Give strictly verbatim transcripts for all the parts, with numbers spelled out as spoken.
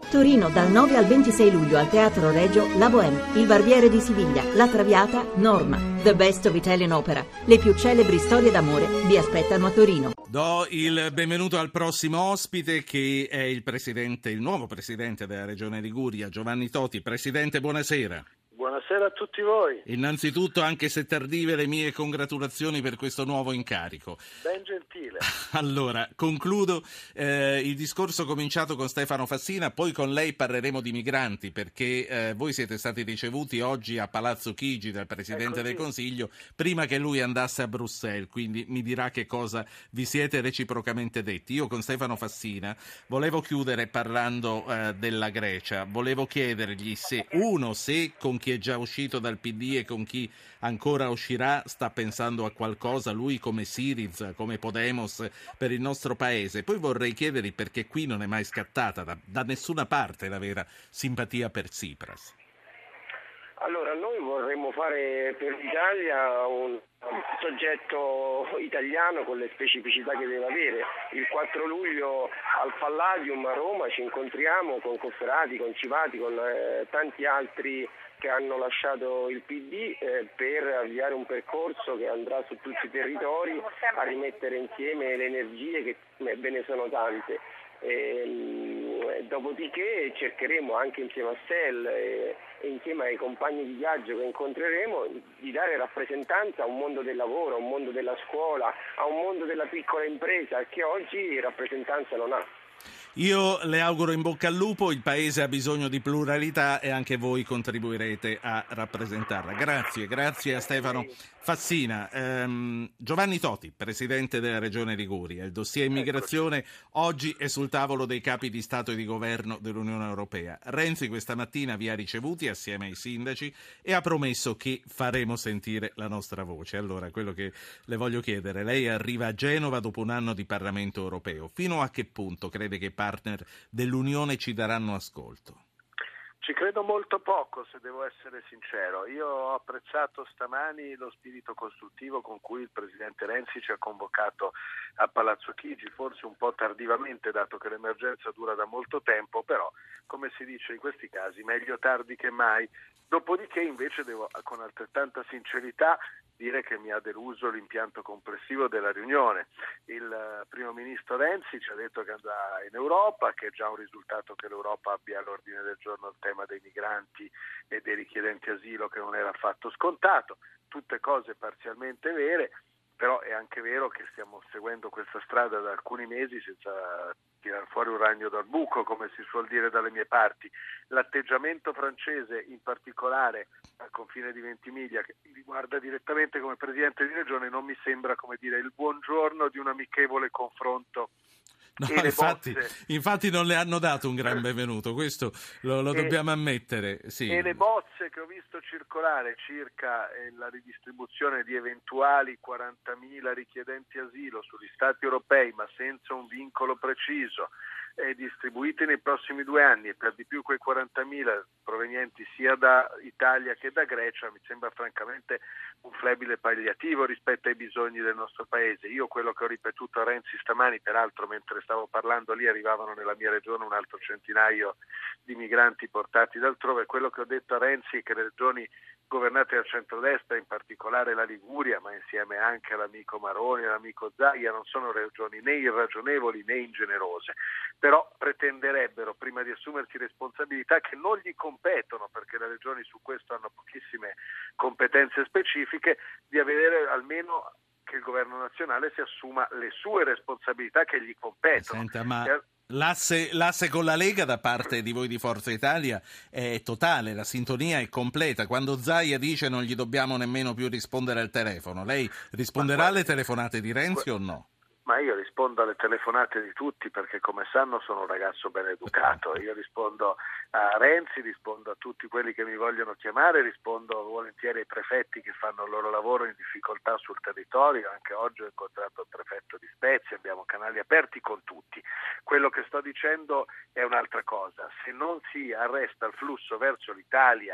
Torino dal nove al ventisei luglio al Teatro Regio La Bohème, Il Barbiere di Siviglia, La Traviata, Norma. The Best of Italian Opera. Le più celebri storie d'amore vi aspettano a Torino. Do il benvenuto al prossimo ospite che è il presidente, il nuovo presidente della Regione Liguria, Giovanni Toti. Presidente, buonasera. Buonasera a tutti voi. Innanzitutto, anche se tardive, le mie congratulazioni per questo nuovo incarico. Ben gentile. Allora, concludo eh, il discorso cominciato con Stefano Fassina, poi con lei parleremo di migranti, perché eh, voi siete stati ricevuti oggi a Palazzo Chigi dal Presidente del Consiglio, prima che lui andasse a Bruxelles, quindi mi dirà che cosa vi siete reciprocamente detti. Io con Stefano Fassina volevo chiudere parlando eh, della Grecia, volevo chiedergli se, uno, se con chi è già uscito dal P D e con chi ancora uscirà sta pensando a qualcosa, lui come Syriza, come Podemos, per il nostro paese. Poi vorrei chiedergli perché qui non è mai scattata da, da nessuna parte la vera simpatia per Tsipras. Allora, noi vorremmo fare per l'Italia un soggetto italiano con le specificità che deve avere. Il quattro luglio al Palladium a Roma ci incontriamo con Cofferati, con Civati, con eh, tanti altri che hanno lasciato il P D eh, per avviare un percorso che andrà su tutti i territori a rimettere insieme le energie, che ve ne sono tante. E, dopodiché cercheremo anche insieme a S E L e, e insieme ai compagni di viaggio che incontreremo di dare rappresentanza a un mondo del lavoro, a un mondo della scuola, a un mondo della piccola impresa che oggi rappresentanza non ha. Io le auguro in bocca al lupo, il Paese ha bisogno di pluralità e anche voi contribuirete a rappresentarla. Grazie, grazie a Stefano Fassina. Ehm, Giovanni Toti, Presidente della Regione Liguria. Il dossier immigrazione oggi è sul tavolo dei capi di Stato e di Governo dell'Unione Europea. Renzi questa mattina vi ha ricevuti assieme ai sindaci e ha promesso che faremo sentire la nostra voce. Allora, quello che le voglio chiedere, lei arriva a Genova dopo un anno di Parlamento europeo. Fino a che punto crede che partner dell'Unione ci daranno ascolto? Ci credo molto poco, se devo essere sincero. Io ho apprezzato stamani lo spirito costruttivo con cui il Presidente Renzi ci ha convocato a Palazzo Chigi, forse un po' tardivamente, dato che l'emergenza dura da molto tempo, però, come si dice in questi casi, meglio tardi che mai. Dopodiché, invece, devo con altrettanta sincerità dire che mi ha deluso l'impianto complessivo della riunione. Il primo ministro Renzi ci ha detto che andrà in Europa, che è già un risultato che l'Europa abbia all'ordine del giorno il tema dei migranti e dei richiedenti asilo, che non era affatto scontato, tutte cose parzialmente vere, però è anche vero che stiamo seguendo questa strada da alcuni mesi senza tirare fuori un ragno dal buco, come si suol dire dalle mie parti. L'atteggiamento francese, in particolare al confine di Ventimiglia, che mi riguarda direttamente come Presidente di Regione, non mi sembra, come dire, il buongiorno di un amichevole confronto. No, e le infatti, bozze, infatti non le hanno dato un gran benvenuto, questo lo, lo e, dobbiamo ammettere. Sì. E le bozze che ho visto circolare circa eh, la ridistribuzione di eventuali quarantamila richiedenti asilo sugli Stati europei, ma senza un vincolo preciso, eh, distribuiti nei prossimi due anni, e per di più quei quarantamila provenienti sia da Italia che da Grecia, mi sembra francamente un flebile palliativo rispetto ai bisogni del nostro Paese. Io quello che ho ripetuto a Renzi stamani, peraltro mentre stavo parlando lì arrivavano nella mia regione un altro centinaio di migranti portati d'altrove, quello che ho detto a Renzi è che le regioni governate dal centrodestra, in particolare la Liguria, ma insieme anche all'amico Maroni e all'amico Zaia, non sono regioni né irragionevoli né ingenerose, però pretenderebbero, prima di assumersi responsabilità che non gli competono, perché le regioni su questo hanno pochissime competenze specifiche, di avere almeno che il governo nazionale si assuma le sue responsabilità che gli competono. Senta, ma E... L'asse, l'asse con la Lega da parte di voi di Forza Italia è totale, la sintonia è completa. Quando Zaia dice non gli dobbiamo nemmeno più rispondere al telefono, lei risponderà alle telefonate di Renzi o no? Ma io rispondo alle telefonate di tutti perché, come sanno, sono un ragazzo ben educato. Io rispondo a Renzi, rispondo a tutti quelli che mi vogliono chiamare, rispondo volentieri ai prefetti che fanno il loro lavoro in difficoltà sul territorio. Anche oggi ho incontrato il prefetto di Spezia, abbiamo canali aperti con tutti. Quello che sto dicendo è un'altra cosa. Se non si arresta il flusso verso l'Italia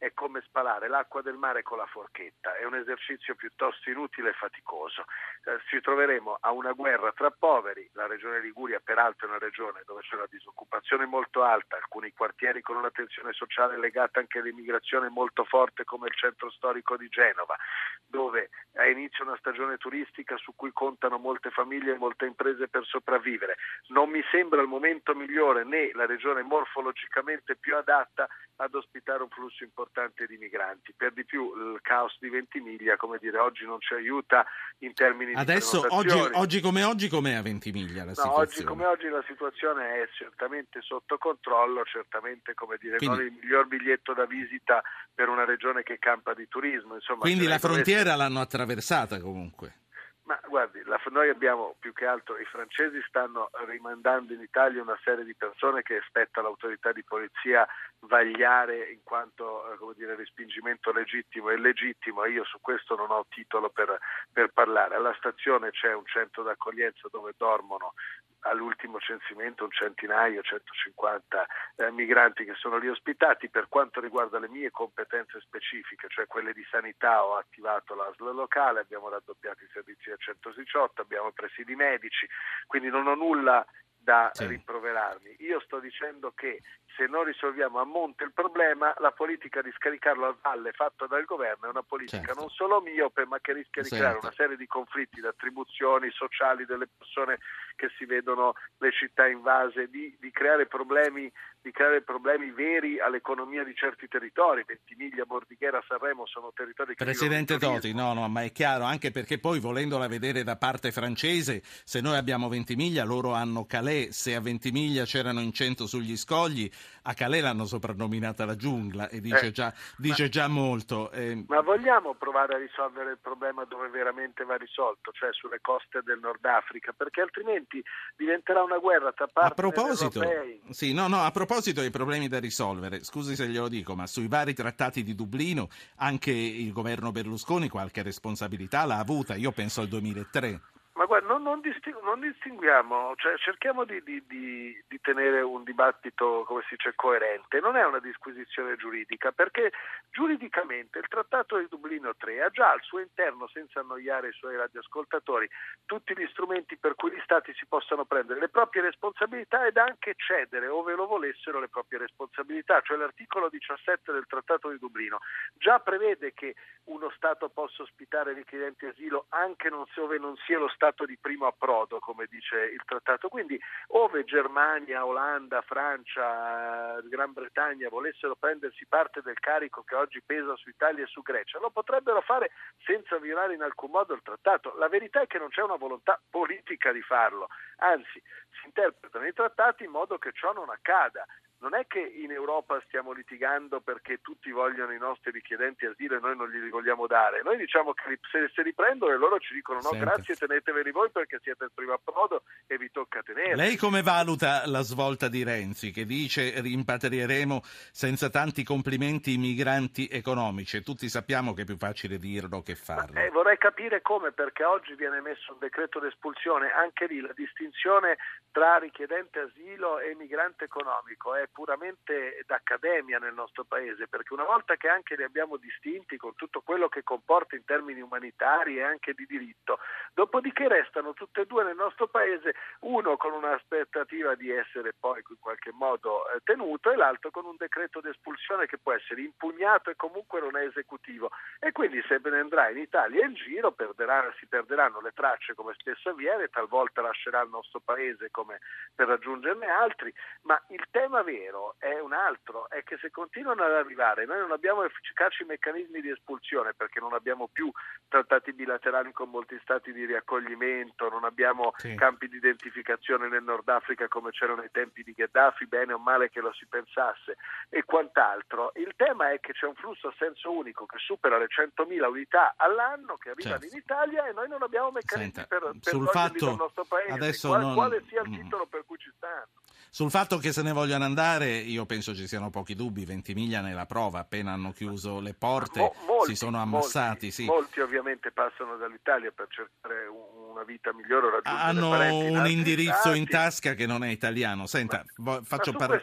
è come spalare l'acqua del mare con la forchetta, è un esercizio piuttosto inutile e faticoso. Eh, ci troveremo a una guerra tra poveri, la regione Liguria peraltro è una regione dove c'è una disoccupazione molto alta, alcuni quartieri con una tensione sociale legata anche all'immigrazione molto forte come il centro storico di Genova, dove ha inizio una stagione turistica su cui contano molte famiglie e molte imprese per sopravvivere. Non mi sembra il momento migliore né la regione morfologicamente più adatta ad ospitare un flusso importante di migranti. Per di più il caos di Ventimiglia, come dire, oggi non ci aiuta in termini Adesso, di oggi, oggi come oggi com'è a Ventimiglia la no, situazione? Oggi come oggi la situazione è certamente sotto controllo, certamente come dire Quindi, non il miglior biglietto da visita per una regione che campa di turismo. Insomma, quindi la frontiera dovesse... l'hanno attraversata comunque. Ma guardi, la, noi abbiamo più che altro, i francesi stanno rimandando in Italia una serie di persone che spetta all'autorità di polizia vagliare in quanto eh, come dire, respingimento legittimo e illegittimo. Io su questo non ho titolo per, per parlare. Alla stazione c'è un centro d'accoglienza dove dormono all'ultimo censimento un centinaio, centocinquanta eh, migranti che sono lì ospitati. Per quanto riguarda le mie competenze specifiche, cioè quelle di sanità, ho attivato l'A S L locale, abbiamo raddoppiato i servizi del centodiciotto, abbiamo presidi medici, quindi non ho nulla da sì. rimproverarmi. Io sto dicendo che se non risolviamo a monte il problema, la politica di scaricarlo a valle fatta dal governo è una politica certo. non solo miope, ma che rischia di certo. creare una serie di conflitti, di attribuzioni sociali delle persone che si vedono le città invase, di, di creare problemi di creare problemi veri all'economia di certi territori. Ventimiglia, Bordighera, Sanremo sono territori che Presidente Toti, no, no, ma è chiaro, anche perché poi volendola vedere da parte francese, se noi abbiamo Ventimiglia, loro hanno Calais, se a Ventimiglia c'erano in cento sugli scogli, a Calais l'hanno soprannominata la giungla e dice, eh, già, dice ma, già molto. Eh. Ma vogliamo provare a risolvere il problema dove veramente va risolto, cioè sulle coste del Nord Africa, perché altrimenti diventerà una guerra tra partner a proposito, europei. Sì, no, no, a proposito dei problemi da risolvere, scusi se glielo dico, ma sui vari trattati di Dublino anche il governo Berlusconi qualche responsabilità l'ha avuta, io penso al duemilatré. Ma guarda, non, non, distingu- non distinguiamo, cioè cerchiamo di, di, di, di tenere un dibattito, come si dice, coerente. Non è una disquisizione giuridica, perché giuridicamente il Trattato di Dublino tre ha già al suo interno, senza annoiare i suoi radioascoltatori, tutti gli strumenti per cui gli Stati si possano prendere le proprie responsabilità ed anche cedere, ove lo volessero, le proprie responsabilità. Cioè l'articolo diciassette del Trattato di Dublino già prevede che uno Stato possa ospitare richiedenti asilo anche non se, ove non sia lo Stato Stato di primo approdo, come dice il trattato. Quindi ove Germania, Olanda, Francia, Gran Bretagna volessero prendersi parte del carico che oggi pesa su Italia e su Grecia, lo potrebbero fare senza violare in alcun modo il trattato. La verità è che non c'è una volontà politica di farlo, anzi si interpretano i trattati in modo che ciò non accada. Non è che in Europa stiamo litigando perché tutti vogliono i nostri richiedenti asilo e noi non glieli vogliamo dare. Noi diciamo che se, se riprendono e loro ci dicono no, Senta. grazie, teneteveli voi perché siete il primo approdo e vi tocca tenere. Lei come valuta la svolta di Renzi che dice rimpatrieremo senza tanti complimenti i migranti economici? E tutti sappiamo che è più facile dirlo che farlo. Eh, vorrei capire come, perché oggi viene messo un decreto d'espulsione, anche lì la distinzione tra richiedente asilo e migrante economico è puramente d'accademia nel nostro paese, perché una volta che anche li abbiamo distinti con tutto quello che comporta in termini umanitari e anche di diritto, dopodiché restano tutte e due nel nostro paese, uno con un'aspettativa di essere poi in qualche modo eh, tenuto e l'altro con un decreto d'espulsione che può essere impugnato e comunque non è esecutivo. E quindi se ne andrà in Italia in giro perderà, si perderanno le tracce come spesso avviene, talvolta lascerà il nostro paese come per raggiungerne altri, ma il tema vero è un altro, è che se continuano ad arrivare, noi non abbiamo efficaci meccanismi di espulsione perché non abbiamo più trattati bilaterali con molti stati di riaccoglimento, non abbiamo sì. campi di identificazione nel Nord Africa come c'erano ai tempi di Gheddafi, bene o male che lo si pensasse e quant'altro. Il tema è che c'è un flusso a senso unico che supera le centomila unità all'anno che arrivano certo. in Italia e noi non abbiamo meccanismi Senta, per, per sul fatto, dal nostro paese, adesso qual, non... quale sia il titolo per cui ci stanno. Sul fatto che se ne vogliano andare, io penso ci siano pochi dubbi. Ventimiglia nella prova, appena hanno chiuso le porte, Mo- molti, si sono ammassati. Molti, sì. molti ovviamente passano dall'Italia per cercare una vita migliore o raggiungere hanno parenti in un altri indirizzo stati. in tasca che non è italiano. Senta, ma, faccio ma su, parlare. questo, su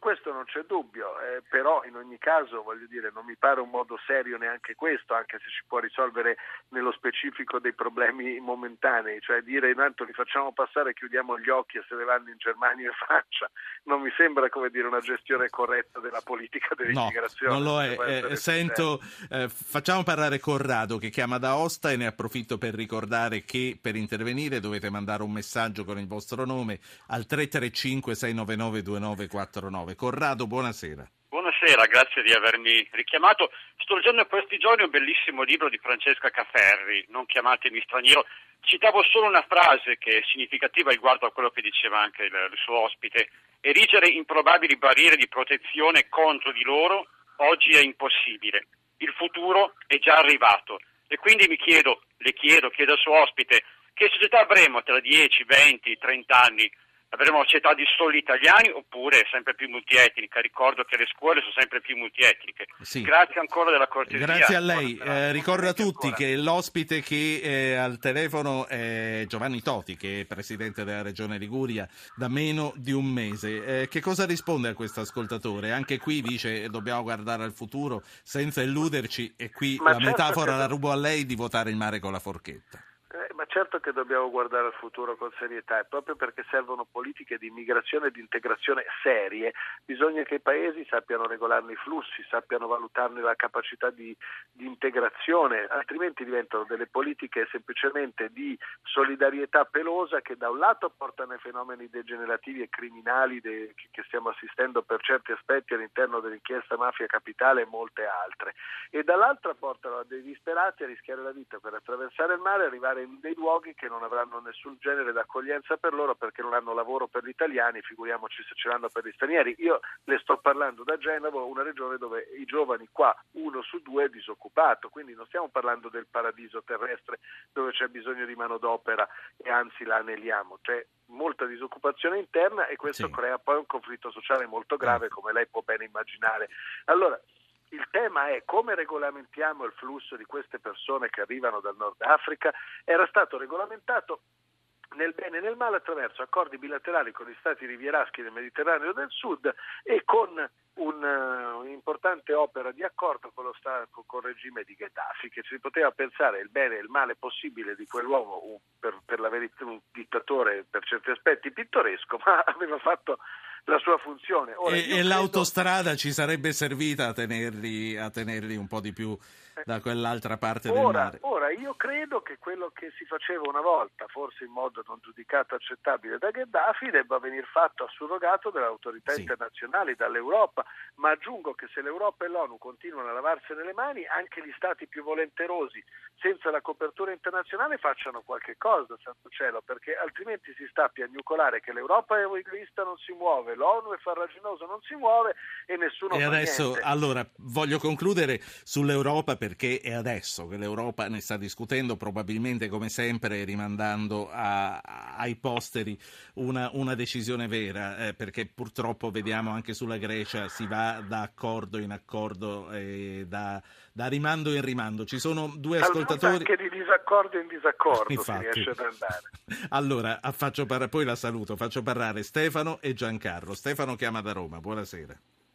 questo non c'è dubbio, eh, però in ogni caso, voglio dire, non mi pare un modo serio neanche questo, anche se si può risolvere nello specifico dei problemi momentanei, cioè dire intanto li facciamo passare, chiudiamo gli occhi e se ne vanno in Germania e Francia, non mi sembra, come dire, una gestione corretta della politica dell'immigrazione. No, non lo è. Eh, sento, eh, facciamo parlare Corrado che chiama da Aosta e ne approfitto per ricordare che per intervenire dovete mandare un messaggio con il vostro nome al tre tre cinque sei nove nove due nove quattro nove. Corrado, buonasera. Buonasera, grazie di avermi richiamato. Sto leggendo in questi giorni un bellissimo libro di Francesca Caferri, Non chiamatemi straniero. Citavo solo una frase che è significativa riguardo a quello che diceva anche il, il suo ospite. Erigere improbabili barriere di protezione contro di loro oggi è impossibile. Il futuro è già arrivato. E quindi mi chiedo, le chiedo, chiedo al suo ospite, che società avremo tra dieci, venti, trenta anni? Avremo società di soli italiani oppure sempre più multietnica? Ricordo che le scuole sono sempre più multietniche. Sì. Grazie ancora della cortesia. Grazie a lei. Eh, ricordo a tutti che l'ospite che è al telefono è Giovanni Toti, che è presidente della Regione Liguria da meno di un mese. Eh, che cosa risponde a questo ascoltatore? Anche qui dice dobbiamo guardare al futuro senza illuderci e qui Ma la certo metafora che... la rubo a lei di votare il mare con la forchetta. Eh, ma certo che dobbiamo guardare al futuro con serietà, e proprio perché servono politiche di immigrazione e di integrazione serie, bisogna che i paesi sappiano regolarne i flussi, sappiano valutarne la capacità di, di integrazione, altrimenti diventano delle politiche semplicemente di solidarietà pelosa che da un lato portano ai fenomeni degenerativi e criminali de, che stiamo assistendo per certi aspetti all'interno dell'inchiesta Mafia Capitale e molte altre, e dall'altra portano a dei disperati a rischiare la vita per attraversare il mare e arrivare in dei luoghi che non avranno nessun genere d'accoglienza per loro perché non hanno lavoro per gli italiani, figuriamoci se ce l'hanno per gli stranieri. Io le sto parlando da Genova, una regione dove i giovani qua uno su due è disoccupato, quindi non stiamo parlando del paradiso terrestre dove c'è bisogno di manodopera e anzi la aneliamo, c'è molta disoccupazione interna e questo sì. crea poi un conflitto sociale molto grave, come lei può ben immaginare. Allora, il tema è come regolamentiamo il flusso di queste persone che arrivano dal Nord Africa. Era stato regolamentato nel bene e nel male attraverso accordi bilaterali con gli stati rivieraschi del Mediterraneo del Sud e con un, uh, un'importante opera di accordo con lo Stato, con il regime di Gheddafi, che si poteva pensare il bene e il male possibile di quell'uomo, un, per, per la verità un dittatore per certi aspetti pittoresco, ma aveva fatto la sua funzione. Ora, e e credo... l'autostrada ci sarebbe servita a tenerli, a tenerli un po' di più da quell'altra parte ora, del mare. Ora, io credo che quello che si faceva una volta, forse in modo non giudicato accettabile da Gheddafi, debba venir fatto a surrogato dalle autorità sì. internazionali, dall'Europa, ma aggiungo che se l'Europa e l'ONU continuano a lavarsene le mani, anche gli stati più volenterosi, senza la copertura internazionale, facciano qualche cosa, santo cielo, perché altrimenti si sta a piagnucolare che l'Europa è egoista, non si muove, l'ONU è farraginoso, non si muove e nessuno e fa adesso, niente. Allora, voglio concludere sull'Europa perché è adesso che l'Europa ne sta discutendo, probabilmente come sempre rimandando a, a, ai posteri una, una decisione vera, eh, perché purtroppo vediamo anche sulla Grecia si va da accordo in accordo e da, da rimando in rimando. Ci sono due ascoltatori... anche di disaccordo in disaccordo Infatti. si riesce ad andare. Allora, faccio par- poi la saluto, faccio parlare Stefano e Giancarlo. Stefano chiama da Roma, buonasera.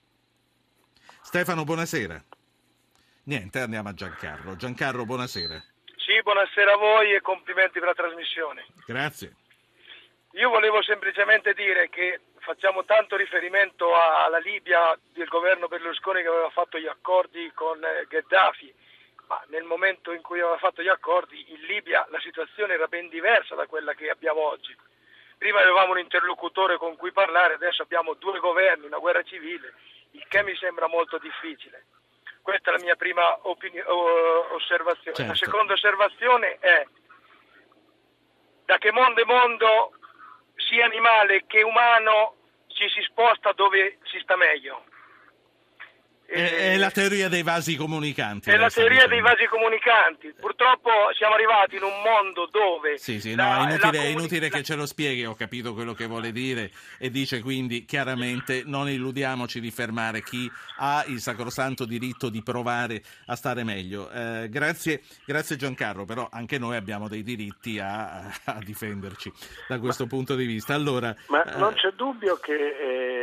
Stefano, buonasera. Niente, andiamo a Giancarlo. Giancarlo, buonasera. Sì, buonasera a voi e complimenti per la trasmissione. Grazie. Io volevo semplicemente dire che facciamo tanto riferimento alla Libia del governo Berlusconi che aveva fatto gli accordi con Gheddafi, ma nel momento in cui aveva fatto gli accordi in Libia la situazione era ben diversa da quella che abbiamo oggi. Prima avevamo un interlocutore con cui parlare, adesso abbiamo due governi, una guerra civile, il che mi sembra molto difficile. Questa è la mia prima opinione, osservazione. Certo. La seconda osservazione è: da che mondo è mondo, sia animale che umano, ci si sposta dove si sta meglio. È, è la teoria dei vasi comunicanti. È la teoria dei vasi comunicanti. Purtroppo siamo arrivati in un mondo dove... Sì, sì, la, no, è inutile, la è comuni- inutile la... che ce lo spieghi, ho capito quello che vuole dire e dice quindi chiaramente non illudiamoci di fermare chi ha il sacrosanto diritto di provare a stare meglio. Eh, grazie, grazie Giancarlo, però anche noi abbiamo dei diritti a, a difenderci da questo ma, punto di vista. Allora, ma eh... non c'è dubbio che... Eh...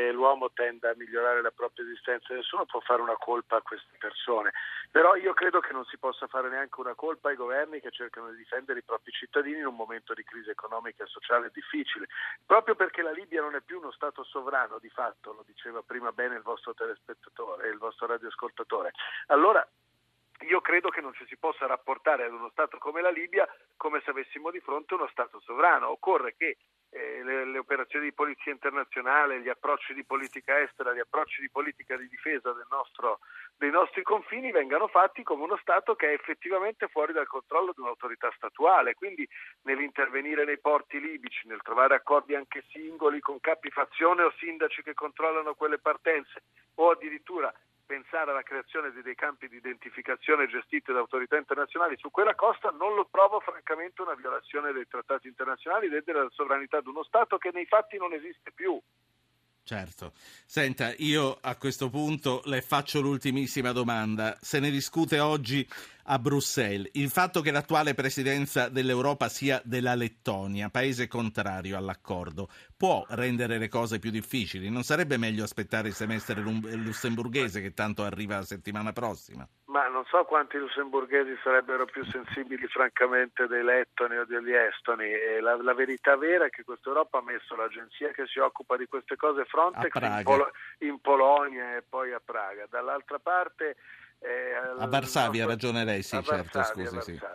che l'uomo tenda a migliorare la propria esistenza, nessuno può fare una colpa a queste persone, però io credo che non si possa fare neanche una colpa ai governi che cercano di difendere i propri cittadini in un momento di crisi economica e sociale difficile, proprio perché la Libia non è più uno Stato sovrano di fatto, lo diceva prima bene il vostro telespettatore, il vostro radioascoltatore. Allora io credo che non ci si possa rapportare ad uno Stato come la Libia come se avessimo di fronte uno Stato sovrano. Occorre che eh, le, le operazioni di polizia internazionale, gli approcci di politica estera, gli approcci di politica di difesa del nostro, dei nostri confini vengano fatti come uno Stato che è effettivamente fuori dal controllo di un'autorità statuale. Quindi nell'intervenire nei porti libici, nel trovare accordi anche singoli con capi fazione o sindaci che controllano quelle partenze, o addirittura pensare alla creazione di dei campi di identificazione gestiti da autorità internazionali su quella costa, non lo trovo francamente una violazione dei trattati internazionali e della sovranità di uno Stato che nei fatti non esiste più. Certo. Senta, io a questo punto le faccio l'ultimissima domanda. Se ne discute oggi a Bruxelles. Il fatto che l'attuale presidenza dell'Europa sia della Lettonia, paese contrario all'accordo, può rendere le cose più difficili? Non sarebbe meglio aspettare il semestre lussemburghese che tanto arriva la settimana prossima? Ma non so quanti lussemburghesi sarebbero più sensibili francamente dei lettoni o degli estoni. E la, la verità vera è che questa Europa ha messo l'agenzia che si occupa di queste cose Frontex in, Pol- in Polonia e poi a Praga. Dall'altra parte eh, a Varsavia, ha ragione lei, sì, certo, Varsavia, scusi, sì.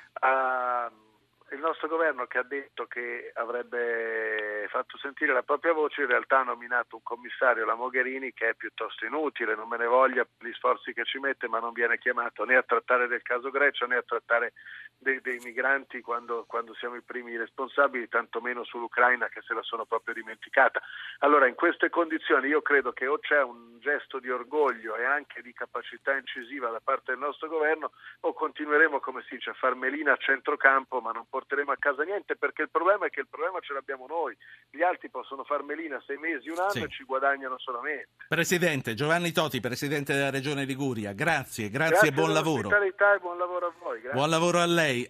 Uh, il nostro governo, che ha detto che avrebbe fatto sentire la propria voce, in realtà ha nominato un commissario, la Mogherini, che è piuttosto inutile, non me ne voglia per gli sforzi che ci mette, ma non viene chiamato né a trattare del caso Grecia né a trattare dei, dei migranti quando, quando siamo i primi responsabili, tantomeno sull'Ucraina, che se la sono proprio dimenticata. Allora, in queste condizioni io credo che o c'è un gesto di orgoglio e anche di capacità incisiva da parte del nostro governo, o continueremo, come si dice, a far melina a centrocampo, ma non porteremo a casa niente, perché il problema è che il problema ce l'abbiamo noi. Gli altri possono far melina sei mesi, un anno, sì, e ci guadagnano solamente. Presidente Giovanni Toti, Presidente della Regione Liguria, grazie, grazie, grazie e buon lavoro. E buon lavoro a voi. Grazie. Buon lavoro a lei.